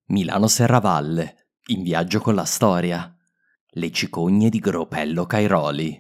Milano Serravalle, in viaggio con la storia. Le cicogne di Gropello Cairoli.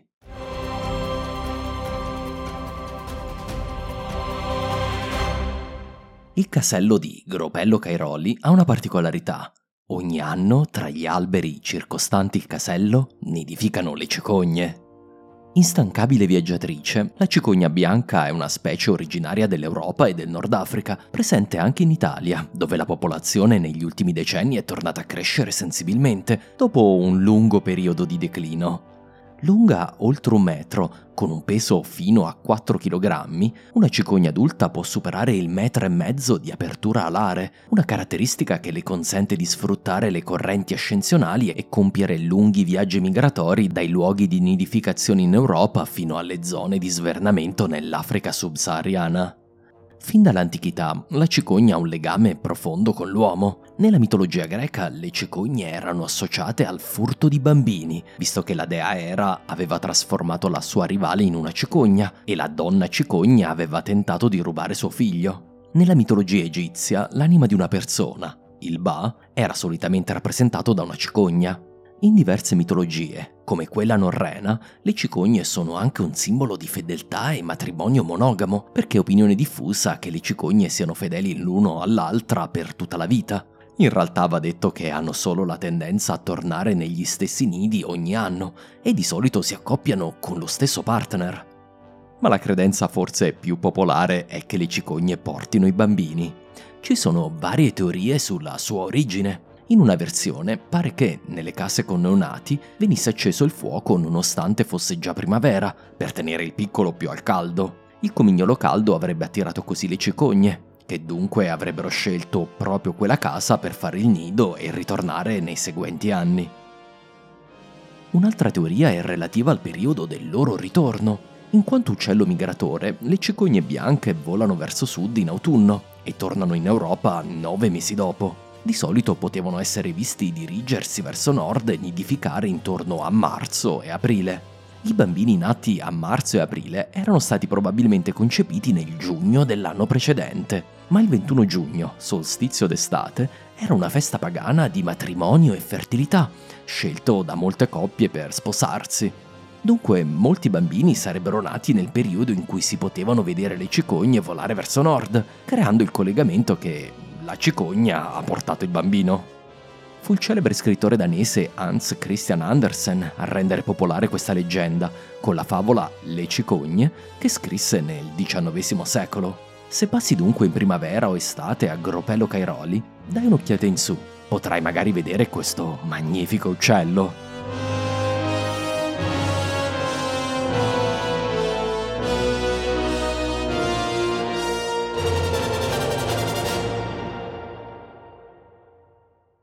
Il casello di Gropello Cairoli ha una particolarità. Ogni anno, tra gli alberi circostanti il casello, nidificano le cicogne. Instancabile viaggiatrice, la cicogna bianca è una specie originaria dell'Europa e del Nord Africa, presente anche in Italia, dove la popolazione negli ultimi decenni è tornata a crescere sensibilmente, dopo un lungo periodo di declino. Lunga oltre 1 metro, con un peso fino a 4 kg, una cicogna adulta può superare il 1,5 metri di apertura alare, una caratteristica che le consente di sfruttare le correnti ascensionali e compiere lunghi viaggi migratori dai luoghi di nidificazione in Europa fino alle zone di svernamento nell'Africa subsahariana. Fin dall'antichità, la cicogna ha un legame profondo con l'uomo. Nella mitologia greca, le cicogne erano associate al furto di bambini, visto che la dea Era aveva trasformato la sua rivale in una cicogna e la donna cicogna aveva tentato di rubare suo figlio. Nella mitologia egizia, l'anima di una persona, il Ba, era solitamente rappresentato da una cicogna. In diverse mitologie, come quella norrena, le cicogne sono anche un simbolo di fedeltà e matrimonio monogamo, perché è opinione diffusa che le cicogne siano fedeli l'uno all'altra per tutta la vita. In realtà va detto che hanno solo la tendenza a tornare negli stessi nidi ogni anno e di solito si accoppiano con lo stesso partner. Ma la credenza forse più popolare è che le cicogne portino i bambini. Ci sono varie teorie sulla sua origine. In una versione pare che nelle case con neonati venisse acceso il fuoco nonostante fosse già primavera, per tenere il piccolo più al caldo. Il comignolo caldo avrebbe attirato così le cicogne, che dunque avrebbero scelto proprio quella casa per fare il nido e ritornare nei seguenti anni. Un'altra teoria è relativa al periodo del loro ritorno. In quanto uccello migratore, le cicogne bianche volano verso sud in autunno e tornano in Europa 9 mesi dopo. Di solito potevano essere visti dirigersi verso nord e nidificare intorno a marzo e aprile. I bambini nati a marzo e aprile erano stati probabilmente concepiti nel giugno dell'anno precedente, ma il 21 giugno, solstizio d'estate, era una festa pagana di matrimonio e fertilità, scelto da molte coppie per sposarsi. Dunque, molti bambini sarebbero nati nel periodo in cui si potevano vedere le cicogne volare verso nord, creando il collegamento che la cicogna ha portato il bambino. Fu il celebre scrittore danese Hans Christian Andersen a rendere popolare questa leggenda, con la favola Le cicogne, che scrisse nel XIX secolo. Se passi dunque in primavera o estate a Gropello Cairoli, dai un'occhiata in su. Potrai magari vedere questo magnifico uccello.